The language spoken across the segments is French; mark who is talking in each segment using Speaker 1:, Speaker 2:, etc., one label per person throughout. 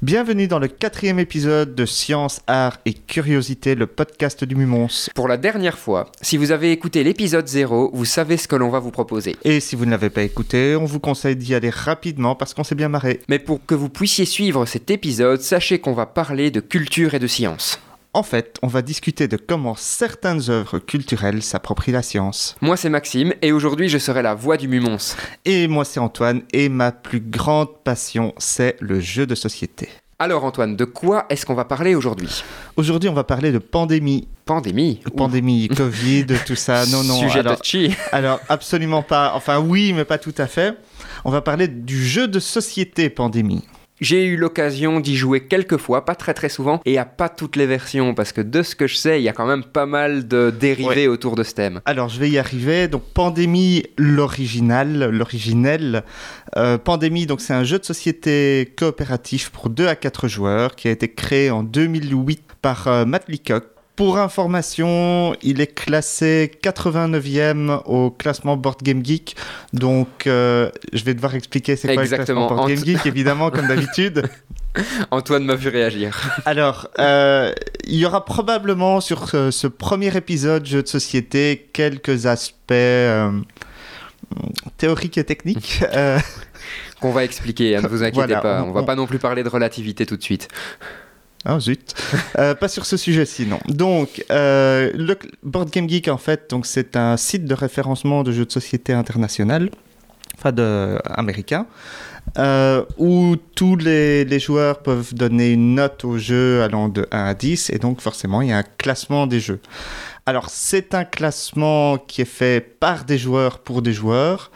Speaker 1: Bienvenue dans le 4e épisode de Science, Art et Curiosité, le podcast du Mumons.
Speaker 2: Pour la dernière fois, si vous avez écouté l'épisode 0, vous savez ce que l'on va vous proposer.
Speaker 1: Et si vous ne l'avez pas écouté, on vous conseille d'y aller rapidement parce qu'on s'est bien marré.
Speaker 2: Mais pour que vous puissiez suivre cet épisode, sachez qu'on va parler de culture et de science.
Speaker 1: En fait, on va discuter de comment certaines œuvres culturelles s'approprient la science.
Speaker 2: Moi c'est Maxime, et aujourd'hui je serai la voix du Mumons.
Speaker 1: Et moi c'est Antoine, et ma plus grande passion, c'est le jeu de société.
Speaker 2: Alors Antoine, de quoi est-ce qu'on va parler aujourd'hui ?
Speaker 1: Aujourd'hui, on va parler de pandémie.
Speaker 2: Pandémie ?
Speaker 1: Pandémie, Covid, tout ça. Non.
Speaker 2: Sujet touchy.
Speaker 1: Alors, absolument pas. Enfin, oui, mais pas tout à fait. On va parler du jeu de société pandémie.
Speaker 2: J'ai eu l'occasion d'y jouer quelques fois, pas très souvent, et à pas toutes les versions, parce que de ce que je sais, il y a quand même pas mal de dérivés autour de ce thème.
Speaker 1: Alors, je vais y arriver. Donc, Pandémie, l'originelle. Pandémie, donc c'est un jeu de société coopératif pour 2 à 4 joueurs qui a été créé en 2008 par Matt Leacock. Pour information, il est classé 89e au classement Board Game Geek. Donc, je vais devoir expliquer c'est quoi le classement Board Game Geek, évidemment, comme d'habitude.
Speaker 2: Antoine m'a vu réagir.
Speaker 1: Alors, il y aura probablement sur ce premier épisode jeu de société quelques aspects théoriques et techniques.
Speaker 2: Qu'on va expliquer, ne vous inquiétez pas. On va pas non plus parler de relativité tout de suite.
Speaker 1: Ah zut, pas sur ce sujet-ci, non. Donc, le Board Game Geek, en fait, donc, c'est un site de référencement de jeux de société international, américain, où tous les joueurs peuvent donner une note au jeu allant de 1 à 10, et donc forcément, il y a un classement des jeux. Alors, c'est un classement qui est fait par des joueurs pour des joueurs.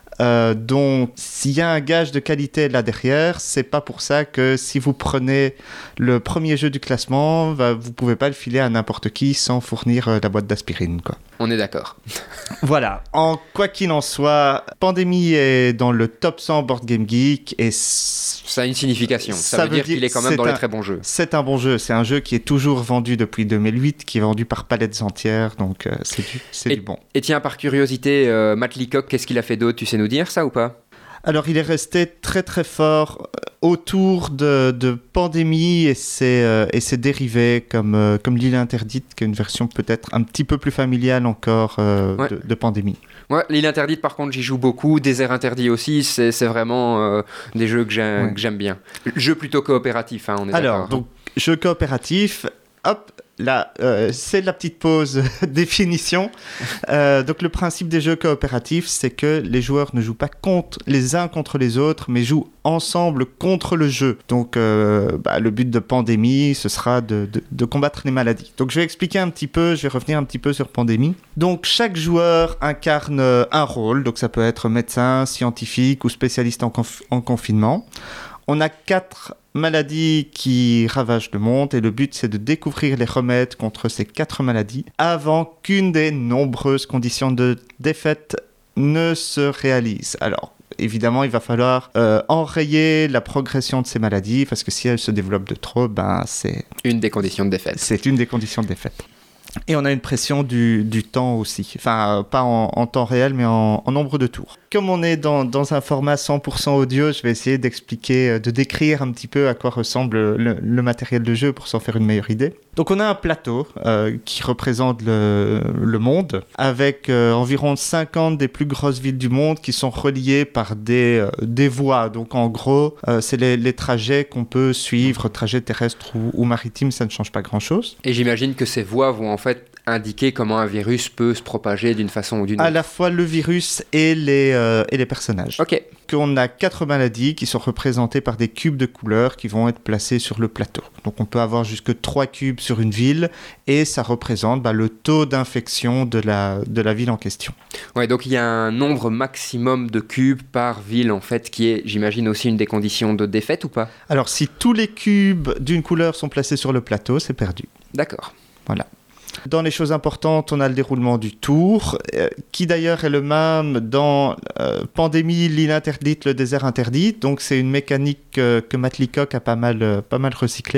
Speaker 1: Donc, s'il y a un gage de qualité là derrière, c'est pas pour ça que si vous prenez le premier jeu du classement, vous pouvez pas le filer à n'importe qui sans fournir la boîte d'aspirine, quoi.
Speaker 2: On est d'accord.
Speaker 1: Voilà. Quoi qu'il en soit, Pandémie est dans le top 100 Board Game Geek et
Speaker 2: ça a une signification. Ça veut dire qu'il est quand même dans les très bons jeux.
Speaker 1: C'est un bon jeu. C'est un jeu qui est toujours vendu depuis 2008, qui est vendu par palettes entières, donc c'est du bon.
Speaker 2: Et tiens, par curiosité, Matt Leacock, qu'est-ce qu'il a fait d'autre ? Tu sais nous dire ça ou pas ?
Speaker 1: Alors, il est resté très très fort autour de Pandémie et ses dérivés comme l'île interdite, qui est une version peut-être un petit peu plus familiale encore de Pandémie.
Speaker 2: Ouais, l'île interdite, par contre, j'y joue beaucoup. Désert interdit aussi, c'est vraiment des jeux que j'aime bien. Jeux plutôt coopératifs, on est d'accord.
Speaker 1: Alors, donc, jeu coopératif, hop. Là, c'est la petite pause définition. Donc, le principe des jeux coopératifs, c'est que les joueurs ne jouent pas les uns contre les autres, mais jouent ensemble contre le jeu. Donc, le but de Pandémie, ce sera de combattre les maladies. Donc, je vais expliquer un petit peu, je vais revenir un petit peu sur Pandémie. Donc, chaque joueur incarne un rôle. Donc, ça peut être médecin, scientifique ou spécialiste en confinement. On a 4 maladies qui ravagent le monde et le but c'est de découvrir les remèdes contre ces 4 maladies avant qu'une des nombreuses conditions de défaite ne se réalise. Alors, évidemment, il va falloir enrayer la progression de ces maladies parce que si elles se développent de trop, c'est
Speaker 2: une des conditions de défaite.
Speaker 1: C'est une des conditions de défaite. Et on a une pression du temps aussi. Enfin, pas en temps réel, mais en nombre de tours. Comme on est dans un format 100% audio, je vais essayer de décrire un petit peu à quoi ressemble le matériel de jeu pour s'en faire une meilleure idée. Donc, on a un plateau qui représente le monde, avec environ 50 des plus grosses villes du monde qui sont reliées par des voies. Donc, en gros, c'est les trajets qu'on peut suivre, trajets terrestres ou maritimes, ça ne change pas grand-chose.
Speaker 2: Et j'imagine que ces voies vont en fait indiquer comment un virus peut se propager d'une façon ou d'une autre.
Speaker 1: À la fois le virus et les personnages.
Speaker 2: Ok.
Speaker 1: On a 4 maladies qui sont représentées par des cubes de couleurs qui vont être placés sur le plateau. Donc on peut avoir jusque 3 cubes sur une ville et ça représente le taux d'infection de la ville en question.
Speaker 2: Ouais, donc il y a un nombre maximum de cubes par ville en fait qui est, j'imagine, aussi une des conditions de défaite ou pas ?
Speaker 1: Alors si tous les cubes d'une couleur sont placés sur le plateau, c'est perdu.
Speaker 2: D'accord.
Speaker 1: Voilà. Dans les choses importantes, on a le déroulement du tour, qui d'ailleurs est le même dans Pandémie, l'île interdite, le désert interdit. Donc c'est une mécanique que Matt Leacock a pas mal recyclée.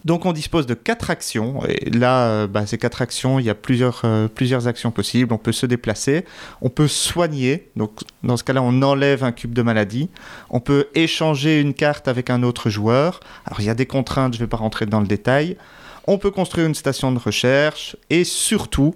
Speaker 1: Donc on dispose de 4 actions, et là, ces 4 actions, il y a plusieurs actions possibles. On peut se déplacer, on peut soigner, donc dans ce cas-là, on enlève un cube de maladie. On peut échanger une carte avec un autre joueur. Alors il y a des contraintes, je ne vais pas rentrer dans le détail. On peut construire une station de recherche, et surtout,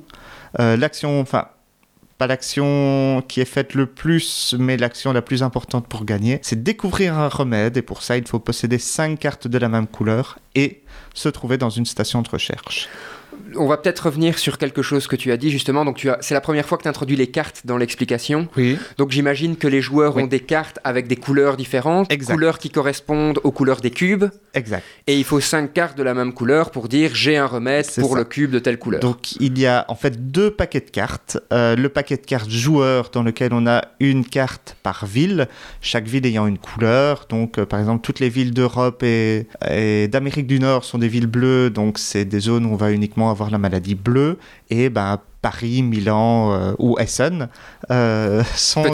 Speaker 1: pas l'action qui est faite le plus, mais l'action la plus importante pour gagner, c'est découvrir un remède, et pour ça, il faut posséder 5 cartes de la même couleur et se trouver dans une station de recherche.
Speaker 2: On va peut-être revenir sur quelque chose que tu as dit justement. Donc c'est la première fois que tu introduis les cartes dans l'explication.
Speaker 1: Oui.
Speaker 2: Donc j'imagine que les joueurs ont des cartes avec des couleurs différentes,
Speaker 1: exact.
Speaker 2: Couleurs qui correspondent aux couleurs des cubes.
Speaker 1: Exact.
Speaker 2: Et il faut 5 cartes de la même couleur pour dire j'ai un remède pour le cube de telle couleur.
Speaker 1: Donc il y a en fait 2 paquets de cartes. Le paquet de cartes joueurs dans lequel on a une carte par ville, chaque ville ayant une couleur. Donc par exemple toutes les villes d'Europe et d'Amérique du Nord sont des villes bleues, donc c'est des zones où on va uniquement avoir la maladie bleue, et Paris, Milan ou Essen sont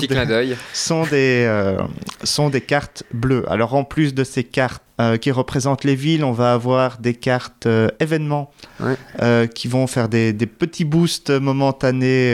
Speaker 1: des cartes bleues. Alors en plus de ces cartes qui représentent les villes, on va avoir des cartes événements qui vont faire des petits boosts momentanés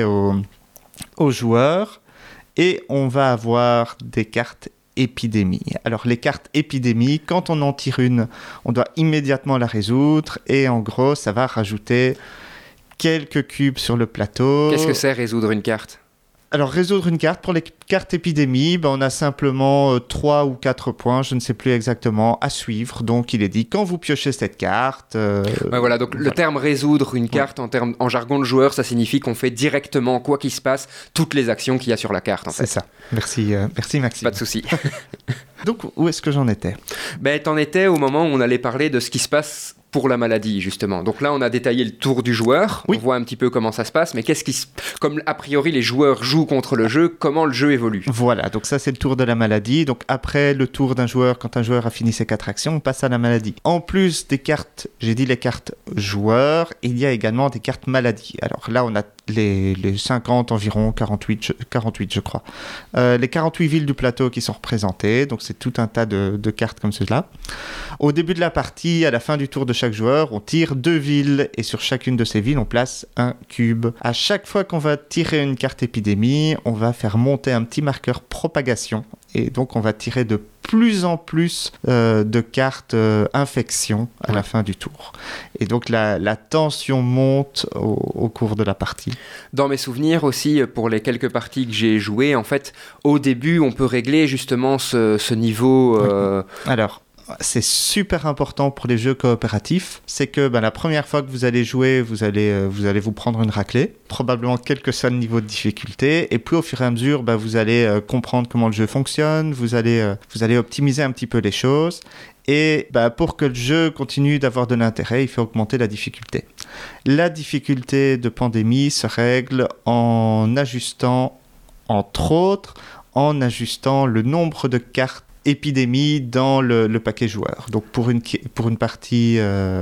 Speaker 1: aux joueurs, et on va avoir des cartes épidémie. Alors les cartes épidémie, quand on en tire une, on doit immédiatement la résoudre, et en gros ça va rajouter quelques cubes sur le plateau.
Speaker 2: Qu'est-ce que c'est résoudre une carte ?
Speaker 1: Alors résoudre une carte, pour les cartes épidémie, on a simplement 3 ou 4 points, je ne sais plus exactement, à suivre. Donc il est dit, quand vous piochez cette carte...
Speaker 2: voilà, donc le terme résoudre une carte en jargon de joueur, ça signifie qu'on fait directement, quoi qu'il se passe, toutes les actions qu'il y a sur la carte.
Speaker 1: C'est ça. Merci Maxime.
Speaker 2: Pas de souci.
Speaker 1: Donc où est-ce que j'en étais ?
Speaker 2: T'en étais au moment où on allait parler de ce qui se passe pour la maladie, justement. Donc là, on a détaillé le tour du joueur. Oui. On voit un petit peu comment ça se passe, mais comme a priori les joueurs jouent contre le jeu, comment le jeu évolue ?
Speaker 1: Voilà, donc ça c'est le tour de la maladie. Donc après le tour d'un joueur, quand un joueur a fini ses 4 actions, on passe à la maladie. En plus des cartes, j'ai dit les cartes joueurs, il y a également des cartes maladie. Alors là, on a les 50 environ, 48 je crois. Les 48 villes du plateau qui sont représentées, donc c'est tout un tas de cartes comme cela. Au début de la partie, à la fin du tour de chaque joueur, on tire 2 villes, et sur chacune de ces villes, on place un cube. À chaque fois qu'on va tirer une carte épidémie, on va faire monter un petit marqueur propagation, et donc on va tirer de plus en plus de cartes infection à la fin du tour. Et donc la tension monte au cours de la partie.
Speaker 2: Dans mes souvenirs aussi, pour les quelques parties que j'ai jouées, en fait, au début, on peut régler justement ce niveau...
Speaker 1: Alors, c'est super important pour les jeux coopératifs, c'est que la première fois que vous allez jouer, vous allez vous prendre une raclée, probablement quel que soit le niveau de difficulté, et puis au fur et à mesure, vous allez comprendre comment le jeu fonctionne, vous allez optimiser un petit peu les choses, et pour que le jeu continue d'avoir de l'intérêt, il faut augmenter la difficulté. La difficulté de Pandémie se règle en ajustant, entre autres, le nombre de cartes épidémie dans le paquet joueur. Donc pour une partie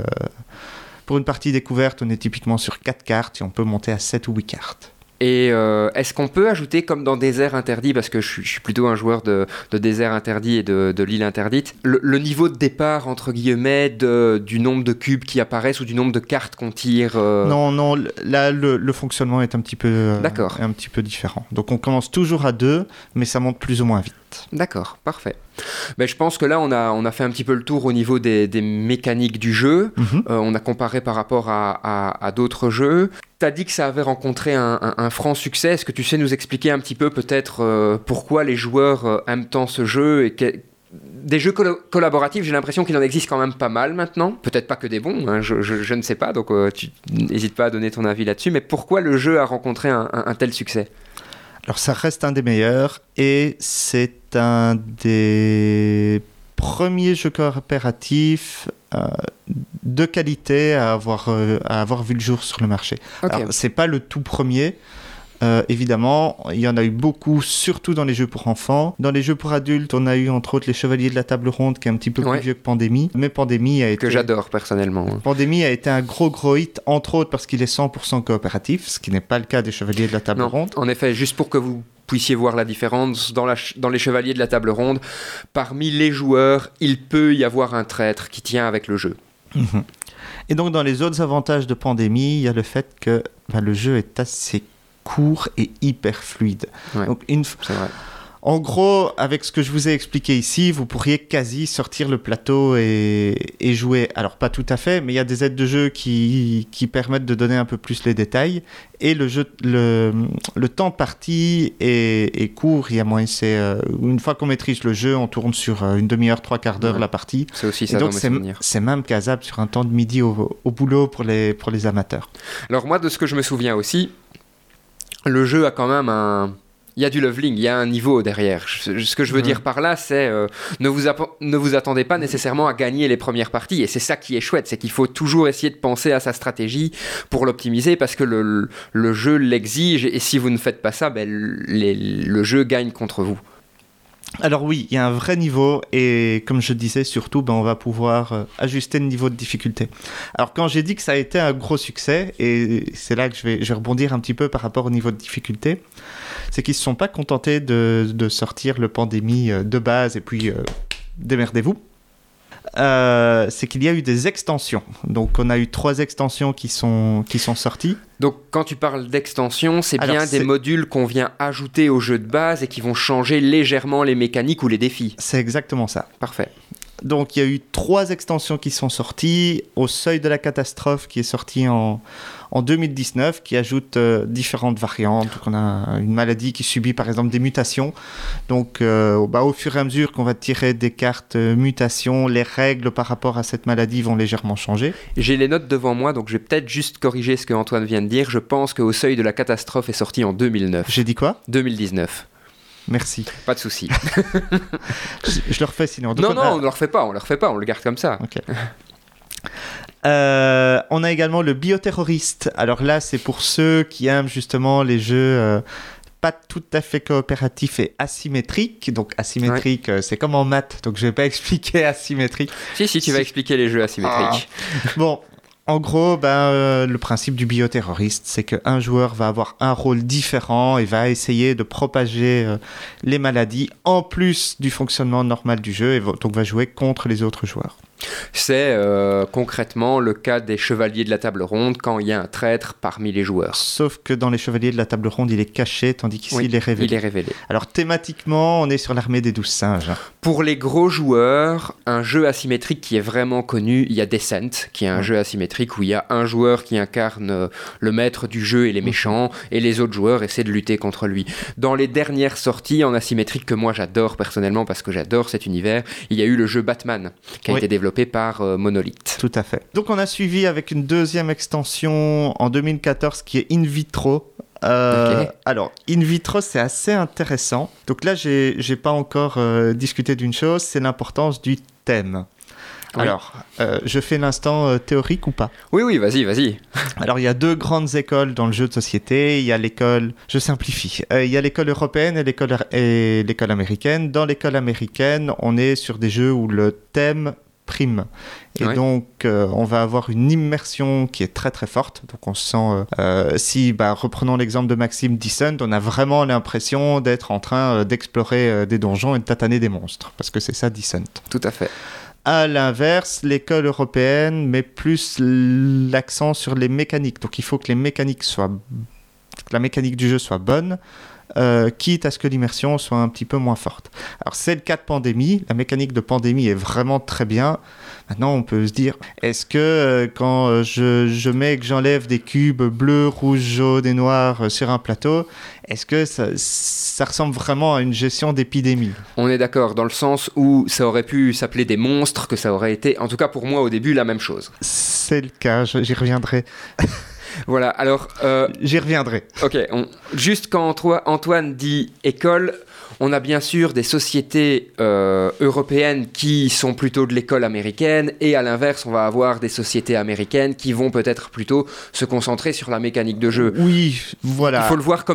Speaker 1: découverte, on est typiquement sur 4 cartes, et on peut monter à 7 ou 8 cartes.
Speaker 2: Et est-ce qu'on peut ajouter, comme dans Désert Interdit, parce que je suis plutôt un joueur de Désert Interdit et de l'île interdite, le niveau de départ, entre guillemets, du nombre de cubes qui apparaissent ou du nombre de cartes qu'on tire
Speaker 1: Non, là, le fonctionnement est un petit peu différent. Donc on commence toujours à 2, mais ça monte plus ou moins vite.
Speaker 2: D'accord, parfait. Je pense que là, on a fait un petit peu le tour au niveau des mécaniques du jeu. On a comparé par rapport à d'autres jeux. Tu as dit que ça avait rencontré un franc succès. Est-ce que tu sais nous expliquer un petit peu peut-être pourquoi les joueurs aiment tant ce jeu et des jeux collaboratifs, j'ai l'impression qu'il en existe quand même pas mal maintenant. Peut-être pas que des bons, hein, je ne sais pas, donc tu n'hésites pas à donner ton avis là-dessus. Mais pourquoi le jeu a rencontré un tel succès ?
Speaker 1: Alors ça reste un des meilleurs, et c'est un des premiers jeux coopératifs de qualité à avoir vu le jour sur le marché. Okay. Alors c'est pas le tout premier. Évidemment, il y en a eu beaucoup, surtout dans les jeux pour enfants. Dans les jeux pour adultes, on a eu entre autres les Chevaliers de la Table Ronde, qui est un petit peu plus vieux que Pandémie. Mais Pandémie a été...
Speaker 2: Que j'adore personnellement.
Speaker 1: Pandémie a été un gros hit, entre autres parce qu'il est 100% coopératif, ce qui n'est pas le cas des Chevaliers de la Table Ronde.
Speaker 2: En effet, juste pour que vous puissiez voir la différence, dans les Chevaliers de la Table Ronde, parmi les joueurs, il peut y avoir un traître qui tient avec le jeu.
Speaker 1: Mhm. Et donc, dans les autres avantages de Pandémie, il y a le fait que le jeu est assez court et hyper fluide.
Speaker 2: Ouais,
Speaker 1: Donc,
Speaker 2: c'est vrai.
Speaker 1: en gros, avec ce que je vous ai expliqué ici, vous pourriez quasi sortir le plateau et jouer. Alors, pas tout à fait, mais il y a des aides de jeu qui permettent de donner un peu plus les détails. Et le temps de partie est court. Il y a moyen, une fois qu'on maîtrise le jeu, on tourne sur une demi-heure, 3/4 d'heure la partie.
Speaker 2: C'est aussi
Speaker 1: et
Speaker 2: ça
Speaker 1: donc,
Speaker 2: dans mes souvenirs.
Speaker 1: c'est même casable sur un temps de midi au boulot pour les amateurs.
Speaker 2: Alors moi, de ce que je me souviens aussi, le jeu a quand même il y a du leveling, il y a un niveau derrière. Ce que je veux dire par là, c'est ne vous attendez pas nécessairement à gagner les premières parties. Et c'est ça qui est chouette, c'est qu'il faut toujours essayer de penser à sa stratégie pour l'optimiser parce que le jeu l'exige. Et si vous ne faites pas ça, le jeu gagne contre vous.
Speaker 1: Alors oui, il y a un vrai niveau et comme je disais, surtout, on va pouvoir ajuster le niveau de difficulté. Alors quand j'ai dit que ça a été un gros succès, et c'est là que je vais rebondir un petit peu par rapport au niveau de difficulté, c'est qu'ils ne se sont pas contentés de sortir le Pandémie de base et puis démerdez-vous. C'est qu'il y a eu des extensions. Donc on a eu 3 extensions qui sont sorties.
Speaker 2: Donc quand tu parles d'extension, c'est des modules qu'on vient ajouter au jeu de base et qui vont changer légèrement les mécaniques ou les défis.
Speaker 1: C'est exactement ça.
Speaker 2: Parfait.
Speaker 1: Donc il y a eu 3 extensions qui sont sorties. Au seuil de la catastrophe qui est sorti en 2019, qui ajoute différentes variantes. Donc on a une maladie qui subit par exemple des mutations. Donc au fur et à mesure qu'on va tirer des cartes mutations, les règles par rapport à cette maladie vont légèrement changer.
Speaker 2: J'ai les notes devant moi, donc je vais peut-être juste corriger ce que Antoine vient de dire. Je pense qu'au seuil de la catastrophe est sorti en 2009.
Speaker 1: J'ai dit quoi ?
Speaker 2: 2019.
Speaker 1: Merci.
Speaker 2: Pas de souci.
Speaker 1: je le refais sinon.
Speaker 2: Donc on ne le refait pas, on le garde comme ça.
Speaker 1: Ok. On a également le bioterroriste. Alors là, c'est pour ceux qui aiment justement les jeux pas tout à fait coopératifs et asymétriques. Donc asymétrique, c'est comme en maths, donc je vais pas expliquer asymétrique.
Speaker 2: Si, tu vas expliquer les jeux asymétriques.
Speaker 1: Bon. En gros, le principe du bioterroriste, c'est qu'un joueur va avoir un rôle différent et va essayer de propager les maladies en plus du fonctionnement normal du jeu et donc va jouer contre les autres joueurs.
Speaker 2: C'est concrètement le cas des chevaliers de la table ronde quand il y a un traître parmi les joueurs.
Speaker 1: Sauf que dans les chevaliers de la table ronde, il est caché, tandis qu'ici, il est révélé.
Speaker 2: Il est révélé.
Speaker 1: Alors thématiquement, on est sur l'armée des 12 singes.
Speaker 2: Pour les gros joueurs, un jeu asymétrique qui est vraiment connu, il y a Descent, qui est un jeu asymétrique où il y a un joueur qui incarne le maître du jeu et les méchants, et les autres joueurs essaient de lutter contre lui. Dans les dernières sorties en asymétrique que moi j'adore personnellement, parce que j'adore cet univers, il y a eu le jeu Batman, qui a été développé par Monolith.
Speaker 1: Tout à fait. Donc on a suivi avec une deuxième extension en 2014 qui est In Vitro.
Speaker 2: Okay.
Speaker 1: Alors, In Vitro, c'est assez intéressant. Donc là, j'ai pas encore discuté d'une chose, c'est l'importance du thème. Oui. Alors, je fais l'instant théorique ou pas ?
Speaker 2: Oui, vas-y.
Speaker 1: Alors, il y a 2 grandes écoles dans le jeu de société. Il y a l'école, je simplifie, il y a l'école européenne et l'école américaine. Dans l'école américaine, on est sur des jeux où le thème prime. Et donc, on va avoir une immersion qui est très très forte. Donc, on se sent, reprenons l'exemple de Maxime Descent, on a vraiment l'impression d'être en train d'explorer des donjons et de tataner des monstres. Parce que c'est ça, Descent.
Speaker 2: Tout à fait.
Speaker 1: À l'inverse, l'école européenne met plus l'accent sur les mécaniques. Donc, il faut que la mécanique du jeu soit bonne. Quitte à ce que l'immersion soit un petit peu moins forte. Alors c'est le cas de Pandémie, la mécanique de Pandémie est vraiment très bien. Maintenant on peut se dire, est-ce que quand je mets que j'enlève des cubes bleus, rouges, jaunes et noirs sur un plateau, est-ce que ça ressemble vraiment à une gestion d'épidémie ?
Speaker 2: On est d'accord, dans le sens où ça aurait pu s'appeler des monstres, que ça aurait été, en tout cas pour moi au début, la même chose.
Speaker 1: C'est le cas, j'y reviendrai.
Speaker 2: Voilà, alors...
Speaker 1: J'y reviendrai.
Speaker 2: Ok, juste quand Antoine dit école, on a bien sûr des sociétés européennes qui sont plutôt de l'école américaine, et à l'inverse, on va avoir des sociétés américaines qui vont peut-être plutôt se concentrer sur la mécanique de jeu.
Speaker 1: Oui, voilà.
Speaker 2: Il faut le voir comme des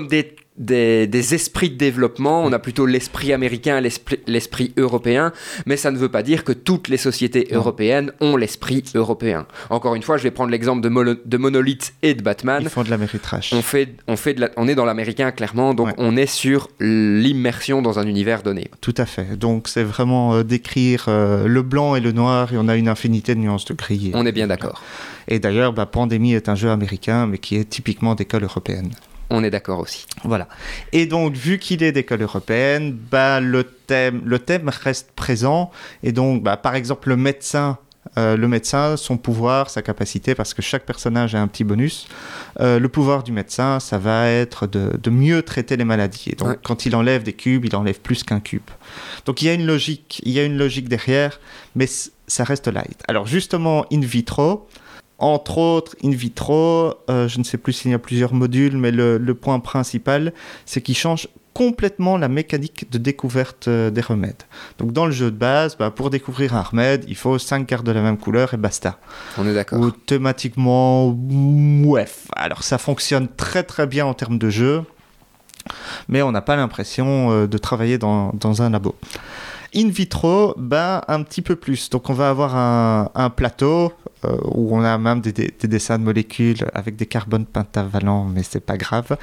Speaker 2: des esprits de développement. On a plutôt l'esprit américain, l'esprit européen, mais ça ne veut pas dire que toutes les sociétés européennes ont l'esprit européen. Encore une fois, je vais prendre l'exemple de Monolith et de Batman.
Speaker 1: Ils font de l'améritrage.
Speaker 2: On est dans l'américain, clairement, donc on est sur l'immersion dans un univers donné.
Speaker 1: Tout à fait. Donc c'est vraiment décrire le blanc et le noir, et on a une infinité de nuances de gris.
Speaker 2: On est bien d'accord.
Speaker 1: Et d'ailleurs, Pandémie est un jeu américain, mais qui est typiquement d'école européenne.
Speaker 2: On est d'accord aussi.
Speaker 1: Voilà. Et donc, vu qu'il est d'école européenne, le thème reste présent. Et donc, par exemple, le médecin, son pouvoir, sa capacité, parce que chaque personnage a un petit bonus. Le pouvoir du médecin, ça va être de mieux traiter les maladies. Et donc, quand il enlève des cubes, il enlève plus qu'un cube. Donc, il y a une logique derrière, mais ça reste light. Alors, justement, in vitro... Entre autres, in vitro, je ne sais plus s'il y a plusieurs modules, mais le point principal, c'est qu'il change complètement la mécanique de découverte des remèdes. Donc dans le jeu de base, pour découvrir un remède, il faut 5 cartes de la même couleur et basta.
Speaker 2: On est d'accord.
Speaker 1: Ou thématiquement, alors ça fonctionne très très bien en termes de jeu, mais on n'a pas l'impression de travailler dans un labo. In vitro, un petit peu plus. Donc on va avoir un plateau où on a même des dessins de molécules avec des carbones pentavalents, mais c'est pas grave.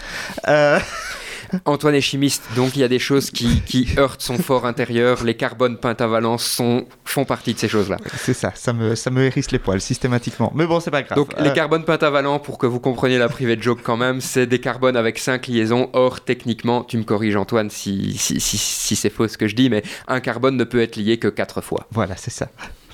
Speaker 2: Antoine est chimiste, donc il y a des choses qui heurtent son fort intérieur. Les carbones pentavalents font partie de ces choses-là.
Speaker 1: C'est ça me hérisse les poils systématiquement. Mais bon, c'est pas grave.
Speaker 2: Donc les carbones pentavalents, pour que vous compreniez la private joke quand même, c'est des carbones avec 5 liaisons. Or, techniquement, tu me corriges Antoine si c'est faux ce que je dis, mais un carbone ne peut être lié que 4 fois.
Speaker 1: Voilà, c'est ça.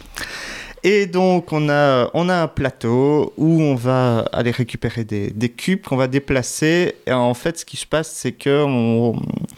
Speaker 1: Et donc, on a un plateau où on va aller récupérer des cubes qu'on va déplacer. Et en fait, ce qui se passe, c'est qu'on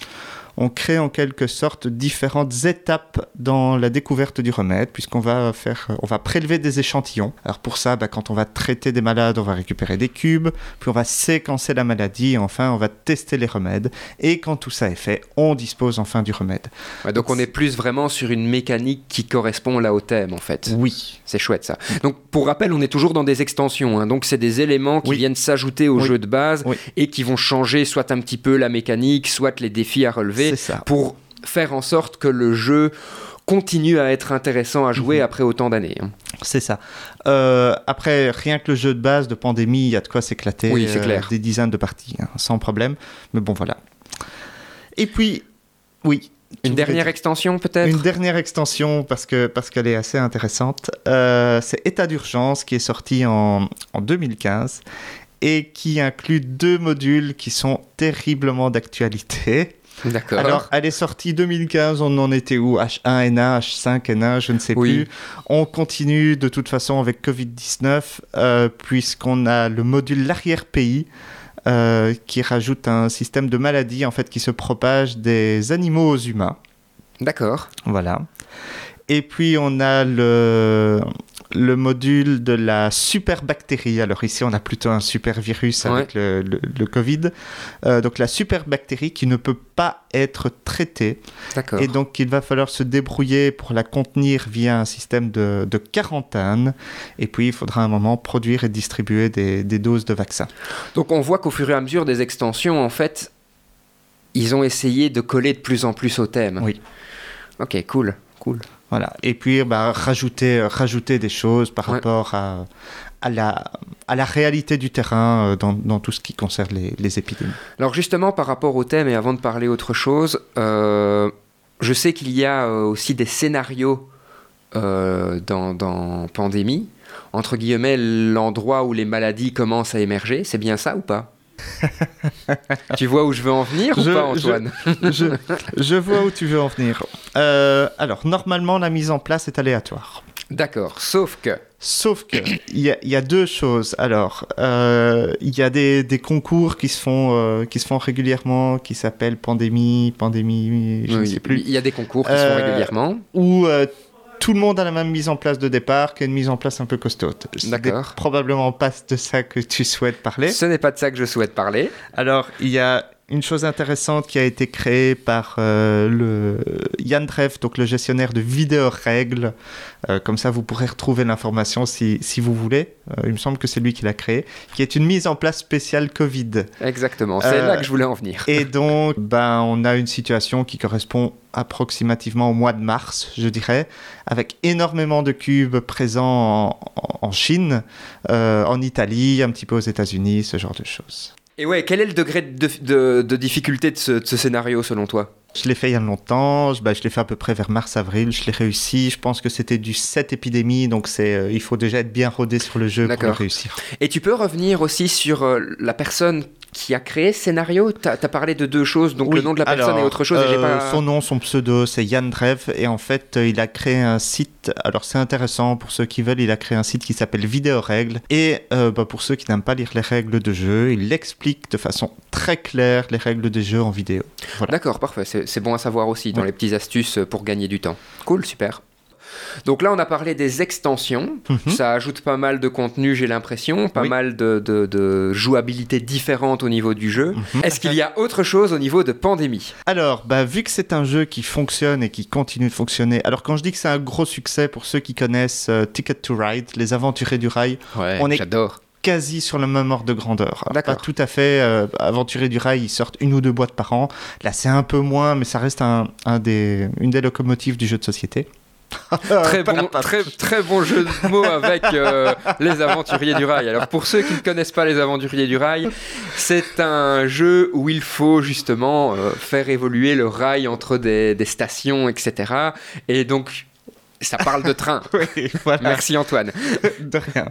Speaker 1: crée en quelque sorte différentes étapes dans la découverte du remède, puisqu'on va prélever des échantillons. Alors pour ça, quand on va traiter des malades, on va récupérer des cubes, puis on va séquencer la maladie, et enfin on va tester les remèdes. Et quand tout ça est fait, on dispose enfin du remède.
Speaker 2: Ouais, donc on est plus vraiment sur une mécanique qui correspond là au thème en fait.
Speaker 1: Oui.
Speaker 2: C'est chouette ça. Donc pour rappel, on est toujours dans des extensions, hein. Donc c'est des éléments qui viennent s'ajouter au jeu de base et qui vont changer soit un petit peu la mécanique, soit les défis à relever. Pour faire en sorte que le jeu continue à être intéressant à jouer après autant d'années.
Speaker 1: C'est ça. Après, rien que le jeu de base de Pandémie, il y a de quoi s'éclater.
Speaker 2: Oui, c'est clair.
Speaker 1: Des dizaines de parties, sans problème. Mais bon, voilà. Et puis, oui.
Speaker 2: Une dernière extension, peut-être ?
Speaker 1: Une dernière extension, parce qu'elle est assez intéressante. C'est État d'urgence, qui est sorti en 2015 et qui inclut 2 modules qui sont terriblement d'actualité.
Speaker 2: D'accord.
Speaker 1: Alors, elle est sortie 2015, on en était où ? H1N1, H5N1, je ne sais plus. On continue de toute façon avec Covid-19, puisqu'on a le module l'arrière-pays, qui rajoute un système de maladie en fait, qui se propage des animaux aux humains.
Speaker 2: D'accord.
Speaker 1: Voilà. Et puis, on a le module de la superbactérie. Alors ici, on a plutôt un super virus avec le Covid. Donc la superbactérie qui ne peut pas être traitée.
Speaker 2: D'accord.
Speaker 1: Et donc, il va falloir se débrouiller pour la contenir via un système de quarantaine. Et puis, il faudra à un moment produire et distribuer des doses de vaccins.
Speaker 2: Donc, on voit qu'au fur et à mesure des extensions, en fait, ils ont essayé de coller de plus en plus au thème.
Speaker 1: Oui.
Speaker 2: Ok, cool.
Speaker 1: Voilà. Et puis, rajouter des choses par rapport à la réalité du terrain dans tout ce qui concerne les épidémies.
Speaker 2: Alors justement, par rapport au thème, et avant de parler autre chose, je sais qu'il y a aussi des scénarios dans Pandémie, entre guillemets, l'endroit où les maladies commencent à émerger. C'est bien ça ou pas ? Tu vois où je veux en venir ou pas, Antoine ?
Speaker 1: Je vois où tu veux en venir. Alors, normalement, la mise en place est aléatoire.
Speaker 2: D'accord, sauf que
Speaker 1: il y a 2 choses. Alors, il y a des concours qui se font régulièrement, qui s'appellent Pandémie, je ne sais plus.
Speaker 2: Il y a des concours qui se font régulièrement.
Speaker 1: Où tout le monde a la même mise en place de départ, qui est une mise en place un peu costaud.
Speaker 2: D'accord.
Speaker 1: C'est probablement pas de ça que tu souhaites parler.
Speaker 2: Ce n'est pas de ça que je souhaite parler.
Speaker 1: Alors, il y a une chose intéressante qui a été créée par le Jan Drev, donc le gestionnaire de vidéo-règles. Comme ça, vous pourrez retrouver l'information si vous voulez. Il me semble que c'est lui qui l'a créé, qui est une mise en place spéciale Covid.
Speaker 2: Exactement, c'est là que je voulais en venir.
Speaker 1: Et donc, on a une situation qui correspond approximativement au mois de mars, je dirais, avec énormément de cubes présents en Chine, en Italie, un petit peu aux États-Unis, ce genre de choses.
Speaker 2: Et ouais, quel est le degré de difficulté de ce scénario selon toi ?
Speaker 1: Je l'ai fait il y a longtemps, je l'ai fait à peu près vers mars-avril, je l'ai réussi, je pense que c'était du 7 épidémies, donc il faut déjà être bien rodé sur le jeu pour le réussir. Et
Speaker 2: tu peux revenir aussi sur la personne qui a créé ce scénario. Tu as parlé de deux choses, donc le nom de la personne et autre chose.
Speaker 1: Son nom, son pseudo, c'est Jan Drev, et en fait, il a créé un site, alors c'est intéressant pour ceux qui veulent, il a créé un site qui s'appelle Vidéo-règles, et pour ceux qui n'aiment pas lire les règles de jeu, il explique de façon très claire les règles des jeux en vidéo. Voilà.
Speaker 2: D'accord, parfait, c'est bon à savoir aussi, dans les petites astuces pour gagner du temps. Cool, super. Donc là, on a parlé des extensions. Ça ajoute pas mal de contenu, j'ai l'impression, pas mal de jouabilité différente au niveau du jeu. Est-ce qu'il y a autre chose au niveau de Pandémie ?
Speaker 1: Alors, vu que c'est un jeu qui fonctionne et qui continue de fonctionner, alors quand je dis que c'est un gros succès pour ceux qui connaissent Ticket to Ride, les aventuriers du rail,
Speaker 2: j'adore.
Speaker 1: Quasi sur le même ordre de grandeur.
Speaker 2: D'accord.
Speaker 1: Pas tout à fait. Aventuriers du rail, ils sortent 1 ou 2 boîtes par an. Là, c'est un peu moins, mais ça reste une des locomotives du jeu de société.
Speaker 2: Très bon jeu de mots avec les aventuriers du rail. Alors pour ceux qui ne connaissent pas les aventuriers du rail, c'est un jeu où il faut justement faire évoluer le rail entre des stations, etc. Et donc ça parle de train.
Speaker 1: Oui, voilà.
Speaker 2: Merci Antoine.
Speaker 1: De rien.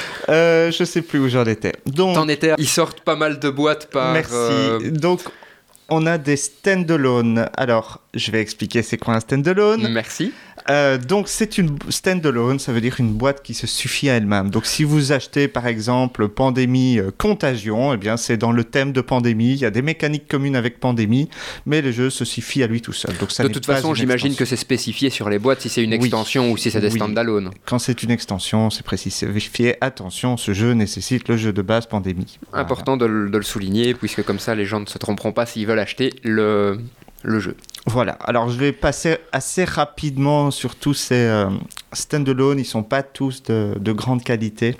Speaker 1: Je sais plus où j'en étais.
Speaker 2: T'en étais. Ils sortent pas mal de boîtes par.
Speaker 1: Merci. Donc on a des stand-alone. Alors, je vais expliquer c'est quoi un stand-alone.
Speaker 2: Merci.
Speaker 1: Donc, c'est une stand-alone, ça veut dire une boîte qui se suffit à elle-même. Donc, si vous achetez, par exemple, Pandémie Contagion, eh bien, c'est dans le thème de Pandémie. Il y a des mécaniques communes avec Pandémie, mais le jeu se suffit à lui tout seul. Donc, ça
Speaker 2: de toute façon, j'imagine que c'est spécifié sur les boîtes si c'est une extension ou si c'est des stand-alone.
Speaker 1: Quand c'est une extension, c'est spécifié. Attention, ce jeu nécessite le jeu de base Pandémie.
Speaker 2: Important de le souligner, puisque comme ça, les gens ne se tromperont pas s'ils veulent acheter le jeu.
Speaker 1: Voilà, alors je vais passer assez rapidement sur tous ces stand-alone, ils ne sont pas tous de grande qualité.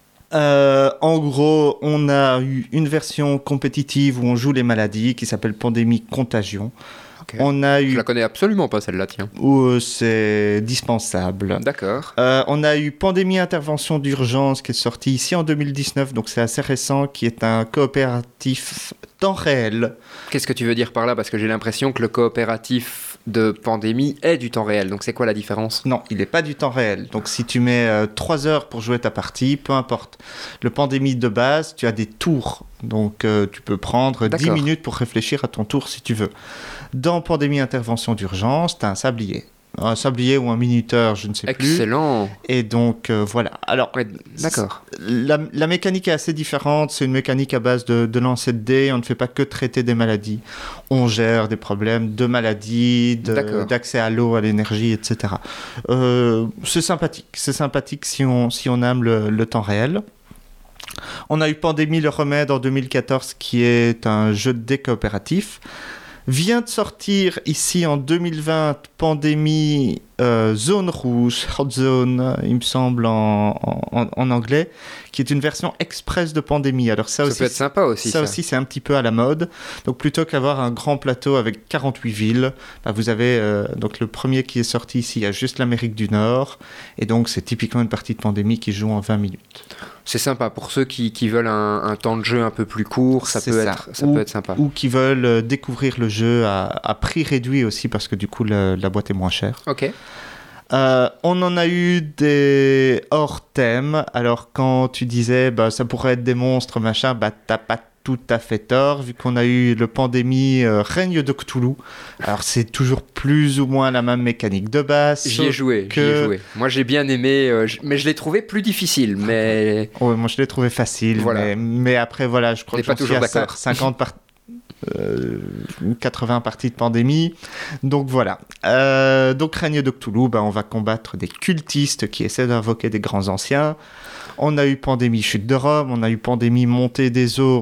Speaker 1: En gros, on a eu une version compétitive où on joue les maladies qui s'appelle Pandémie Contagion.
Speaker 2: Okay. Je la connais absolument pas celle-là, tiens.
Speaker 1: Où c'est dispensable.
Speaker 2: D'accord.
Speaker 1: On a eu Pandémie Intervention d'urgence qui est sorti ici en 2019, donc c'est assez récent, qui est un coopératif temps réel.
Speaker 2: Qu'est-ce que tu veux dire par là ? Parce que j'ai l'impression que le coopératif de Pandémie est du temps réel, donc c'est quoi la différence ?
Speaker 1: Non, il n'est pas du temps réel. Donc si tu mets 3 heures pour jouer ta partie, peu importe. Le Pandémie de base, tu as des tours. Donc tu peux prendre 10 minutes pour réfléchir à ton tour si tu veux. Dans Pandémie Intervention d'urgence, tu as un sablier. Un sablier ou un minuteur, je ne sais plus.
Speaker 2: Excellent.
Speaker 1: Et donc, voilà. Alors,
Speaker 2: d'accord.
Speaker 1: La mécanique est assez différente. C'est une mécanique à base de lancer de dés. On ne fait pas que traiter des maladies. On gère des problèmes de maladies, d'accès à l'eau, à l'énergie, etc. C'est sympathique. C'est sympathique si on aime le temps réel. On a eu Pandémie le remède en 2014, qui est un jeu de dés coopératif. Vient de sortir ici en 2020 Pandémie Zone Rouge, Hot Zone, il me semble en anglais, qui est une version express de Pandémie. Alors ça aussi,
Speaker 2: peut être sympa aussi.
Speaker 1: Ça aussi, c'est un petit peu à la mode. Donc plutôt qu'avoir un grand plateau avec 48 villes, vous avez donc le premier qui est sorti ici, il y a juste l'Amérique du Nord, et donc c'est typiquement une partie de Pandémie qui joue en 20 minutes.
Speaker 2: C'est sympa pour ceux qui veulent un temps de jeu un peu plus court, ça peut être sympa.
Speaker 1: Ou qui veulent découvrir le jeu à prix réduit aussi, parce que du coup la boîte est moins chère.
Speaker 2: Ok.
Speaker 1: On en a eu des hors thème. Alors quand tu disais ça pourrait être des monstres machin, t'as pas tout à fait tort, vu qu'on a eu le Pandémie Règne de Cthulhu. Alors c'est toujours plus ou moins la même mécanique de base.
Speaker 2: J'y ai joué. Moi j'ai bien aimé, mais je l'ai trouvé plus difficile. Mais...
Speaker 1: Ouais, moi je l'ai trouvé facile, voilà. mais après voilà, je crois que j'en suis à 50 80 parties de Pandémie. Donc voilà. Donc Règne de Cthulhu, on va combattre des cultistes qui essaient d'invoquer des grands anciens. On a eu Pandémie Chute de Rome, on a eu Pandémie Montée des eaux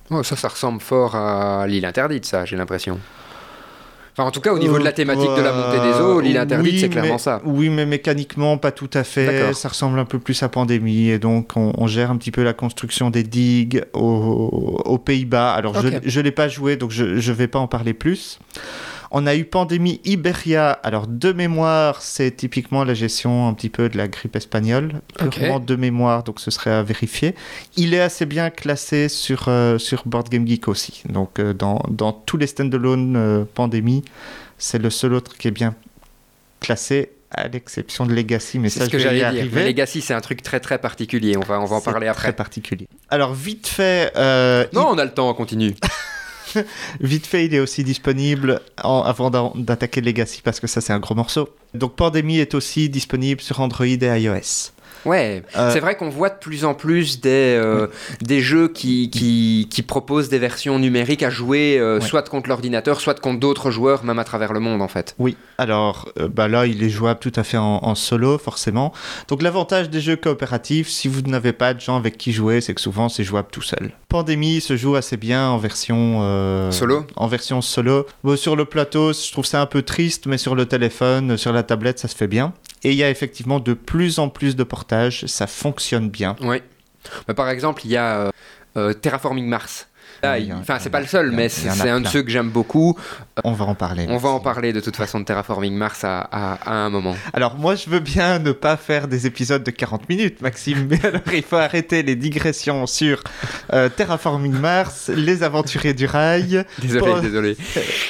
Speaker 2: Oh, ça ressemble fort à l'île interdite, ça, j'ai l'impression. Enfin, en tout cas, au niveau de la thématique de la montée des eaux, l'île interdite, c'est clairement ça.
Speaker 1: Oui, mais mécaniquement, pas tout à fait.
Speaker 2: D'accord.
Speaker 1: Ça ressemble un peu plus à Pandémie. Et donc, on gère un petit peu la construction des digues aux Pays-Bas. Alors,
Speaker 2: Ok.
Speaker 1: je ne l'ai pas joué, donc je ne vais pas en parler plus. On a eu Pandémie Iberia. Alors, de mémoire, c'est typiquement la gestion un petit peu de la grippe espagnole. Purement
Speaker 2: Ok.
Speaker 1: de mémoire, donc ce serait à vérifier. Il est assez bien classé sur Board Game Geek aussi. Donc, dans tous les stand-alone Pandémie, c'est le seul autre qui est bien classé, à l'exception de Legacy. Mais
Speaker 2: C'est
Speaker 1: ça,
Speaker 2: ce que
Speaker 1: je vais y
Speaker 2: j'allais dire.
Speaker 1: arriver.
Speaker 2: Mais Legacy, c'est un truc très très particulier. On va en
Speaker 1: C'est
Speaker 2: parler
Speaker 1: très
Speaker 2: après.
Speaker 1: particulier. Alors, vite fait...
Speaker 2: Non, on a le temps, on continue.
Speaker 1: Vite fait, il est aussi disponible avant d'attaquer Legacy parce que ça, c'est un gros morceau. Donc, Pandémie est aussi disponible sur Android et iOS.
Speaker 2: Ouais, c'est vrai qu'on voit de plus en plus des jeux qui proposent des versions numériques à jouer soit contre l'ordinateur, soit contre d'autres joueurs, même à travers le monde en fait.
Speaker 1: Oui, alors là, il est jouable tout à fait en solo, forcément. Donc, l'avantage des jeux coopératifs, si vous n'avez pas de gens avec qui jouer, c'est que souvent, c'est jouable tout seul. Pandémie se joue assez bien en version...
Speaker 2: Solo ?
Speaker 1: En version solo. Bon, sur le plateau, je trouve ça un peu triste, mais sur le téléphone, sur la tablette, ça se fait bien. Et il y a effectivement de plus en plus de portages, ça fonctionne bien.
Speaker 2: Oui. Bah, par exemple, il y a Terraforming Mars. Là, c'est pas le seul, mais c'est un de ceux que j'aime beaucoup.
Speaker 1: On va en parler.
Speaker 2: On va en parler de toute façon de Terraforming Mars à un moment.
Speaker 1: Alors moi, je veux bien ne pas faire des épisodes de 40 minutes, Maxime, mais alors il faut arrêter les digressions sur Terraforming Mars, les aventuriers du rail.
Speaker 2: Désolé.
Speaker 1: D'accord ?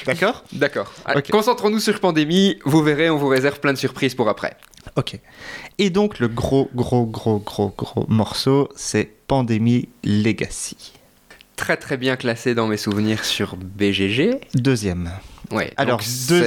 Speaker 2: D'accord.
Speaker 1: Okay.
Speaker 2: Concentrons-nous sur Pandémie. Vous verrez, on vous réserve plein de surprises pour après.
Speaker 1: Ok. Et donc le gros morceau, c'est Pandémie Legacy.
Speaker 2: Très très bien classé dans mes souvenirs sur BGG.
Speaker 1: Deuxième.
Speaker 2: Ouais.
Speaker 1: Alors,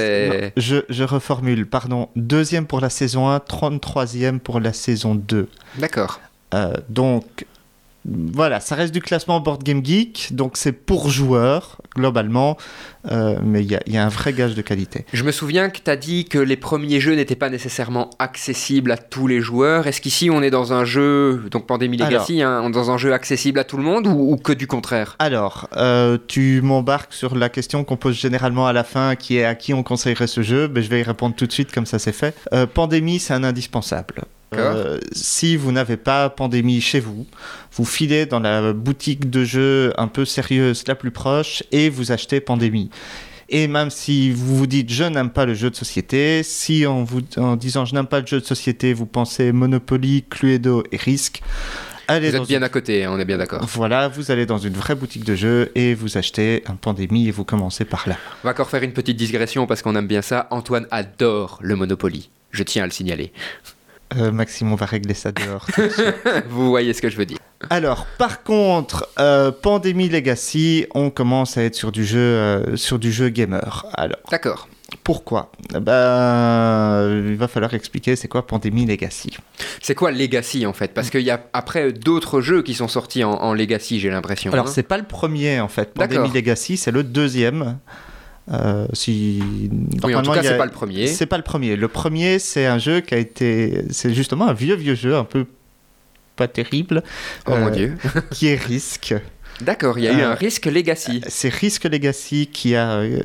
Speaker 1: je reformule, pardon. Deuxième pour la saison 1, 33e pour la saison 2.
Speaker 2: D'accord.
Speaker 1: Donc, voilà, ça reste du classement Board Game Geek, donc c'est pour joueurs, globalement, mais il y a un vrai gage de qualité.
Speaker 2: Je me souviens que tu as dit que les premiers jeux n'étaient pas nécessairement accessibles à tous les joueurs. Est-ce qu'ici, on est dans un jeu, donc Pandémie Legacy, dans un jeu accessible à tout le monde ou que du contraire ?
Speaker 1: Alors, tu m'embarques sur la question qu'on pose généralement à la fin, qui est à qui on conseillerait ce jeu. Je vais y répondre tout de suite, comme ça c'est fait. Pandémie, c'est un indispensable. Si vous n'avez pas Pandémie chez vous, vous filez dans la boutique de jeux un peu sérieuse la plus proche et vous achetez Pandémie. Et même si vous vous dites je n'aime pas le jeu de société, si en disant je n'aime pas le jeu de société, vous pensez Monopoly, Cluedo et Risk,
Speaker 2: vous êtes bien à côté, on est bien d'accord.
Speaker 1: Voilà, vous allez dans une vraie boutique de jeux et vous achetez un Pandémie et vous commencez par là.
Speaker 2: On va encore faire une petite digression parce qu'on aime bien ça. Antoine adore le Monopoly, je tiens à le signaler.
Speaker 1: Maxime, on va régler ça dehors.
Speaker 2: Vous voyez ce que je veux dire.
Speaker 1: Alors, par contre, Pandémie Legacy, on commence à être sur du jeu gamer. Alors,
Speaker 2: d'accord.
Speaker 1: Pourquoi ? Il va falloir expliquer c'est quoi Pandémie Legacy.
Speaker 2: C'est quoi Legacy en fait ? Parce qu'il y a après d'autres jeux qui sont sortis en Legacy, j'ai l'impression.
Speaker 1: Alors, c'est pas le premier en fait. Pandémie Legacy, c'est le deuxième.
Speaker 2: Oui, en tout cas, c'est pas le premier.
Speaker 1: C'est pas le premier. Le premier, c'est un jeu qui a été... C'est justement un vieux jeu, un peu pas terrible.
Speaker 2: Oh mon Dieu.
Speaker 1: Qui est Risk.
Speaker 2: D'accord, il y a eu un Risk Legacy.
Speaker 1: C'est Risk Legacy qui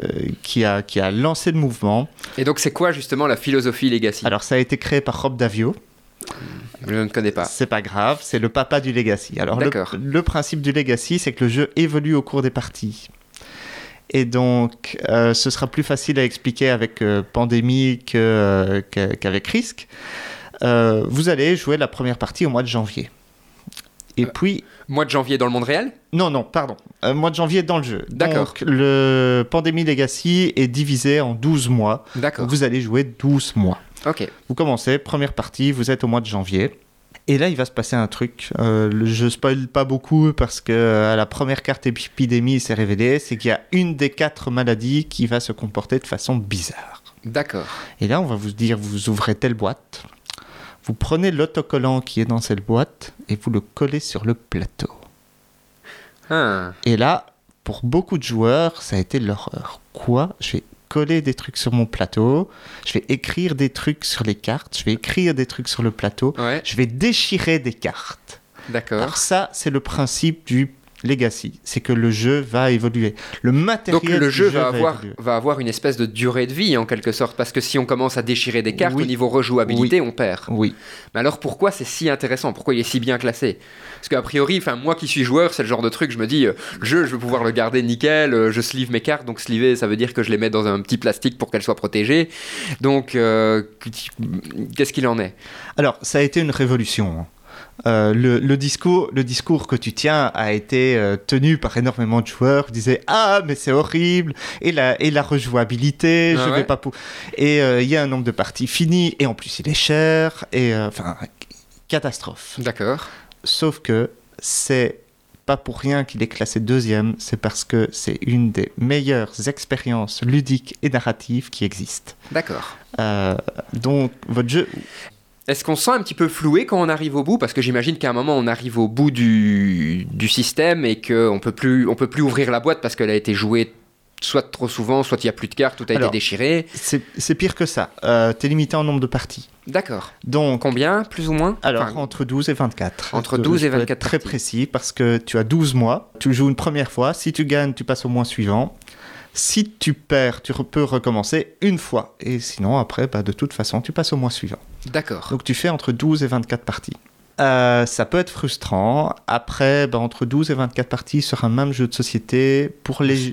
Speaker 1: a lancé le mouvement.
Speaker 2: Et donc, c'est quoi justement la philosophie Legacy ?
Speaker 1: Alors, ça a été créé par Rob Daviau.
Speaker 2: Je ne connais pas.
Speaker 1: C'est pas grave, c'est le papa du Legacy. Alors, le principe du Legacy, c'est que le jeu évolue au cours des parties. Et donc, ce sera plus facile à expliquer avec Pandémie qu'avec Risk. Vous allez jouer la première partie au mois de janvier. Et puis...
Speaker 2: Mois de janvier dans le monde réel ?
Speaker 1: Non, pardon. Mois de janvier dans le jeu.
Speaker 2: D'accord.
Speaker 1: Donc, le Pandémie Legacy est divisé en 12 mois.
Speaker 2: D'accord.
Speaker 1: Donc, vous allez jouer 12 mois.
Speaker 2: Ok.
Speaker 1: Vous commencez, première partie, vous êtes au mois de janvier. Et là, il va se passer un truc. Je spoil pas beaucoup parce que à la première carte épidémie, il s'est révélé, c'est qu'il y a une des 4 maladies qui va se comporter de façon bizarre.
Speaker 2: D'accord.
Speaker 1: Et là, on va vous dire, vous ouvrez telle boîte, vous prenez l'autocollant qui est dans cette boîte et vous le collez sur le plateau. Et là, pour beaucoup de joueurs, ça a été l'horreur. Quoi ? Je vais coller des trucs sur mon plateau, je vais écrire des trucs sur les cartes, je vais écrire des trucs sur le plateau,
Speaker 2: ouais.
Speaker 1: Je vais déchirer des cartes.
Speaker 2: D'accord.
Speaker 1: Alors ça, c'est le principe du Legacy, c'est que le jeu va évoluer. Le matériel
Speaker 2: Donc le jeu
Speaker 1: évoluer.
Speaker 2: va avoir une espèce de durée de vie en quelque sorte, parce que si on commence à déchirer des cartes
Speaker 1: Oui.
Speaker 2: au niveau rejouabilité,
Speaker 1: Oui.
Speaker 2: on perd.
Speaker 1: Oui.
Speaker 2: Mais alors pourquoi c'est si intéressant? Pourquoi il est si bien classé? Parce qu'a priori, moi qui suis joueur, c'est le genre de truc, je me dis, le jeu, je veux pouvoir le garder nickel, je sleeve mes cartes, donc sleever, ça veut dire que je les mets dans un petit plastique pour qu'elles soient protégées. Donc, qu'est-ce qu'il en est?
Speaker 1: Alors, ça a été une révolution. Le discours que tu tiens a été tenu par énormément de joueurs qui disaient ah mais c'est horrible et la rejouabilité
Speaker 2: Ah
Speaker 1: je
Speaker 2: ouais.
Speaker 1: vais pas et il y a un nombre de parties finies et en plus il est cher et catastrophe.
Speaker 2: D'accord.
Speaker 1: Sauf que c'est pas pour rien qu'il est classé deuxième, c'est parce que c'est une des meilleures expériences ludiques et narratives qui existent.
Speaker 2: D'accord.
Speaker 1: Donc votre jeu.
Speaker 2: Est-ce qu'on se sent un petit peu floué quand on arrive au bout? Parce que j'imagine qu'à un moment, on arrive au bout du système et qu'on peut plus ouvrir la boîte parce qu'elle a été jouée soit trop souvent, soit il n'y a plus de cartes, tout a été déchiré.
Speaker 1: C'est pire que ça. T'es limité en nombre de parties.
Speaker 2: D'accord.
Speaker 1: Donc,
Speaker 2: combien, plus ou moins?
Speaker 1: Alors, entre 12 et 24.
Speaker 2: Entre 12 et 24
Speaker 1: très
Speaker 2: parties.
Speaker 1: précis parce que tu as 12 mois. Tu joues une première fois. Si tu gagnes, tu passes au mois suivant. Si tu perds, tu peux recommencer une fois. Et sinon, après, de toute façon, tu passes au mois suivant.
Speaker 2: D'accord.
Speaker 1: Donc, tu fais entre 12 et 24 parties. Ça peut être frustrant. Après, entre 12 et 24 parties sur un même jeu de société, pour les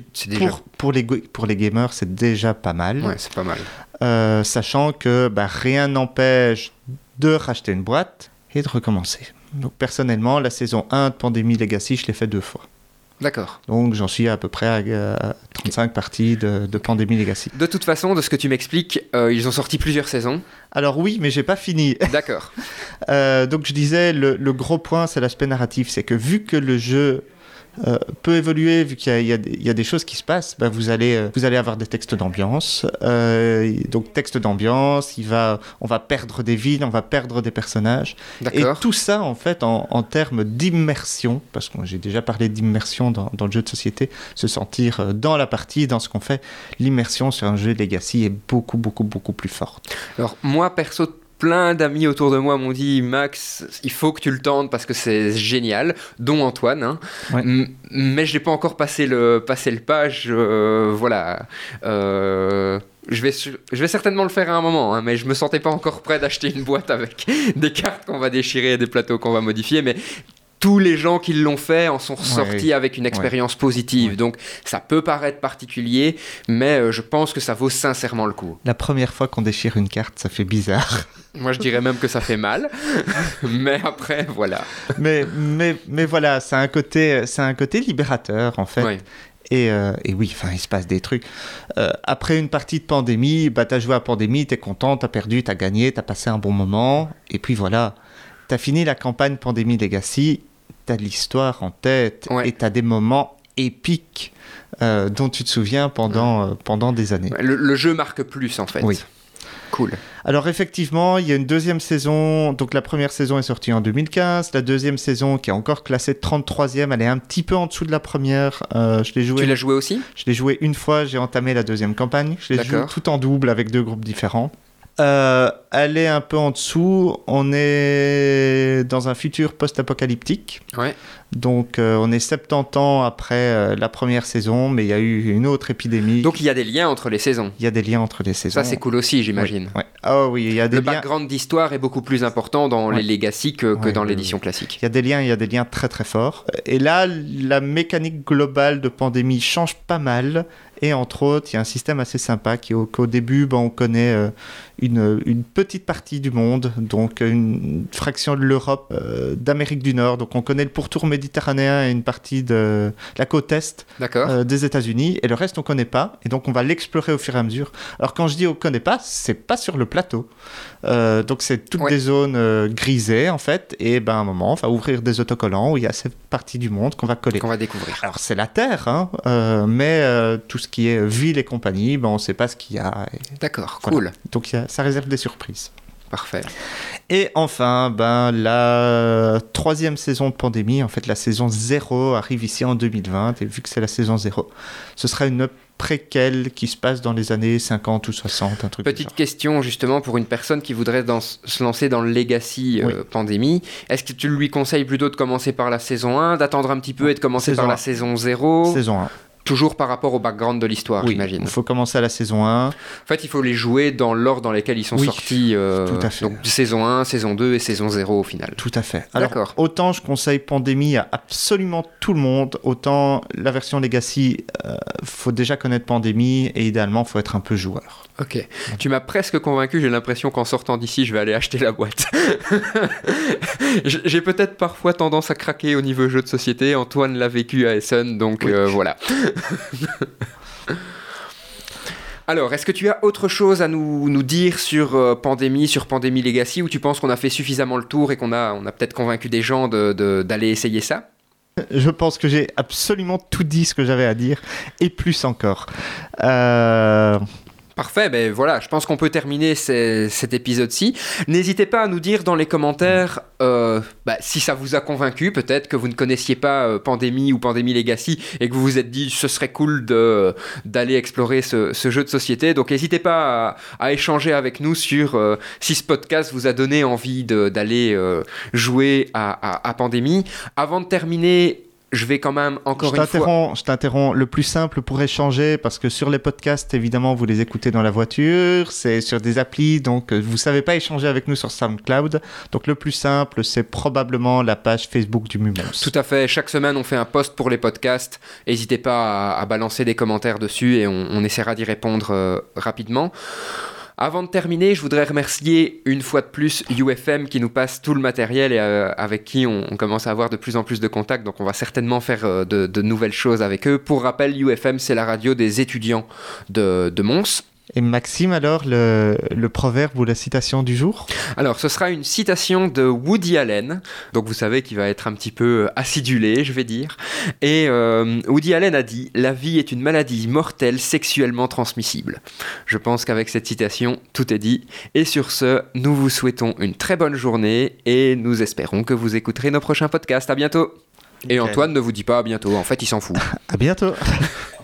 Speaker 1: gamers, c'est déjà pas mal.
Speaker 2: Ouais, c'est pas mal.
Speaker 1: Sachant que rien n'empêche de racheter une boîte et de recommencer. Donc, personnellement, la saison 1 de Pandémie Legacy, je l'ai fait 2 fois.
Speaker 2: D'accord.
Speaker 1: Donc j'en suis à peu près à 35 parties de Pandémie Legacy.
Speaker 2: De toute façon, de ce que tu m'expliques, ils ont sorti plusieurs saisons.
Speaker 1: Alors oui, mais j'ai pas fini.
Speaker 2: D'accord.
Speaker 1: Donc je disais, le gros point, c'est l'aspect narratif. C'est que vu que le jeu peut évoluer, vu qu'il y a des choses qui se passent, vous allez avoir des textes d'ambiance. Donc texte d'ambiance, on va perdre des villes, on va perdre des personnages.
Speaker 2: D'accord.
Speaker 1: Et tout ça, en fait, en termes d'immersion, parce que j'ai déjà parlé d'immersion dans le jeu de société, se sentir dans la partie, dans ce qu'on fait, l'immersion sur un jeu Legacy est beaucoup, beaucoup, beaucoup plus forte.
Speaker 2: Alors moi, perso, plein d'amis autour de moi m'ont dit Max, il faut que tu le tentes parce que c'est génial, dont Antoine. Hein.
Speaker 1: Ouais.
Speaker 2: Mais je n'ai pas encore passé le page. Voilà. Je vais certainement le faire à un moment, hein, mais je me sentais pas encore prêt d'acheter une boîte avec des cartes qu'on va déchirer et des plateaux qu'on va modifier. Mais tous les gens qui l'ont fait en sont ressortis avec une expérience positive. Ouais. Donc ça peut paraître particulier, mais je pense que ça vaut sincèrement le coup.
Speaker 1: La première fois qu'on déchire une carte, ça fait bizarre.
Speaker 2: Moi, je dirais même que ça fait mal, mais après, voilà.
Speaker 1: Mais voilà, c'est un côté libérateur, en fait.
Speaker 2: Ouais.
Speaker 1: Et oui, il se passe des trucs. Après une partie de Pandémie, t'as joué à Pandémie, t'es content, t'as perdu, t'as gagné, t'as passé un bon moment. Et puis voilà, t'as fini la campagne Pandémie Legacy, t'as de l'histoire en tête, et t'as des moments épiques dont tu te souviens pendant des années.
Speaker 2: Le jeu marque plus, en fait.
Speaker 1: Oui.
Speaker 2: Cool.
Speaker 1: Alors effectivement, il y a une deuxième saison. Donc la première saison est sortie en 2015. La deuxième saison, qui est encore classée 33e, elle est un petit peu en dessous de la première. Tu
Speaker 2: l'as joué aussi?
Speaker 1: Je l'ai joué une fois, j'ai entamé la deuxième campagne. Je l'ai joué tout en double avec 2 groupes différents. Elle est un peu en dessous. On est dans un futur post-apocalyptique.
Speaker 2: Ouais.
Speaker 1: Donc, on est 70 ans après la première saison, mais il y a eu une autre épidémie.
Speaker 2: Donc, il y a des liens entre les saisons.
Speaker 1: Il y a des liens entre les saisons.
Speaker 2: Ça, c'est cool aussi, j'imagine.
Speaker 1: Oui. Oh oui, il y a des liens.
Speaker 2: Le background d'histoire est beaucoup plus important dans les Legacy que dans l'édition classique.
Speaker 1: Il y a des liens très très forts. Et là, la mécanique globale de Pandémie change pas mal. Et entre autres, il y a un système assez sympa qu'au début, on connaît une petite partie du monde, donc une fraction de l'Europe, d'Amérique du Nord. Donc on connaît le pourtour méditerranéen et une partie de la côte est des États-Unis. Et le reste, on ne connaît pas. Et donc on va l'explorer au fur et à mesure. Alors quand je dis on ne connaît pas, c'est pas sur le plateau. Donc c'est toutes des zones grisées en fait. Et à un moment, on va ouvrir des autocollants où il y a cette partie du monde qu'on va coller.
Speaker 2: Qu'on va découvrir.
Speaker 1: Alors c'est la Terre, hein, mais tout ce qui est ville et compagnie, on ne sait pas ce qu'il y a.
Speaker 2: D'accord,
Speaker 1: voilà.
Speaker 2: cool.
Speaker 1: Donc ça réserve des surprises.
Speaker 2: Parfait.
Speaker 1: Et enfin, la 3e saison de Pandémie, en fait la saison 0 arrive ici en 2020, et vu que c'est la saison 0, ce sera une préquel qui se passe dans les années 50 ou 60, un truc.
Speaker 2: Petite question justement pour une personne qui voudrait se lancer dans le Legacy Pandémie. Est-ce que tu lui conseilles plutôt de commencer par la saison 1, d'attendre un petit peu et de commencer par la saison 0 ?
Speaker 1: Saison 1.
Speaker 2: Toujours par rapport au background de l'histoire, j'imagine.
Speaker 1: Il faut commencer à la saison 1.
Speaker 2: En fait, il faut les jouer dans l'ordre dans lequel ils sont sortis.
Speaker 1: Tout à fait.
Speaker 2: Donc saison 1, saison 2 et saison 0 au final.
Speaker 1: Tout à fait. Alors, autant je conseille Pandémie à absolument tout le monde, autant la version Legacy, faut déjà connaître Pandémie et idéalement, il faut être un peu joueur.
Speaker 2: Ok. Tu m'as presque convaincu, j'ai l'impression qu'en sortant d'ici, je vais aller acheter la boîte. J'ai peut-être parfois tendance à craquer au niveau jeu de société. Antoine l'a vécu à Essen, donc voilà. Alors, est-ce que tu as autre chose à nous dire sur Pandémie Legacy, ou tu penses qu'on a fait suffisamment le tour et qu'on a peut-être convaincu des gens d'aller essayer ça ?
Speaker 1: Je pense que j'ai absolument tout dit ce que j'avais à dire, et plus encore.
Speaker 2: Parfait, ben voilà, je pense qu'on peut terminer cet épisode-ci. N'hésitez pas à nous dire dans les commentaires si ça vous a convaincu, peut-être que vous ne connaissiez pas Pandémie ou Pandémie Legacy et que vous vous êtes dit ce serait cool d'aller explorer ce jeu de société. Donc n'hésitez pas à échanger avec nous sur si ce podcast vous a donné envie d'aller jouer à Pandémie. Avant de terminer, je vais quand même
Speaker 1: Je t'interromps. Le plus simple pour échanger, parce que sur les podcasts, évidemment, vous les écoutez dans la voiture, c'est sur des applis, donc vous ne savez pas échanger avec nous sur SoundCloud. Donc le plus simple, c'est probablement la page Facebook du Mumons.
Speaker 2: Tout à fait. Chaque semaine, on fait un post pour les podcasts. N'hésitez pas à balancer des commentaires dessus et on essaiera d'y répondre rapidement. Avant de terminer, je voudrais remercier une fois de plus UFM qui nous passe tout le matériel et avec qui on commence à avoir de plus en plus de contacts. Donc on va certainement faire de nouvelles choses avec eux. Pour rappel, UFM, c'est la radio des étudiants de Mons.
Speaker 1: Et Maxime, alors, le proverbe ou la citation du jour ?
Speaker 2: Alors, ce sera une citation de Woody Allen, donc vous savez qu'il va être un petit peu acidulé, je vais dire. Et Woody Allen a dit « La vie est une maladie mortelle sexuellement transmissible ». Je pense qu'avec cette citation, tout est dit. Et sur ce, nous vous souhaitons une très bonne journée et nous espérons que vous écouterez nos prochains podcasts. À bientôt. Et Antoine ne vous dit pas à bientôt, en fait, il s'en fout.
Speaker 1: À bientôt.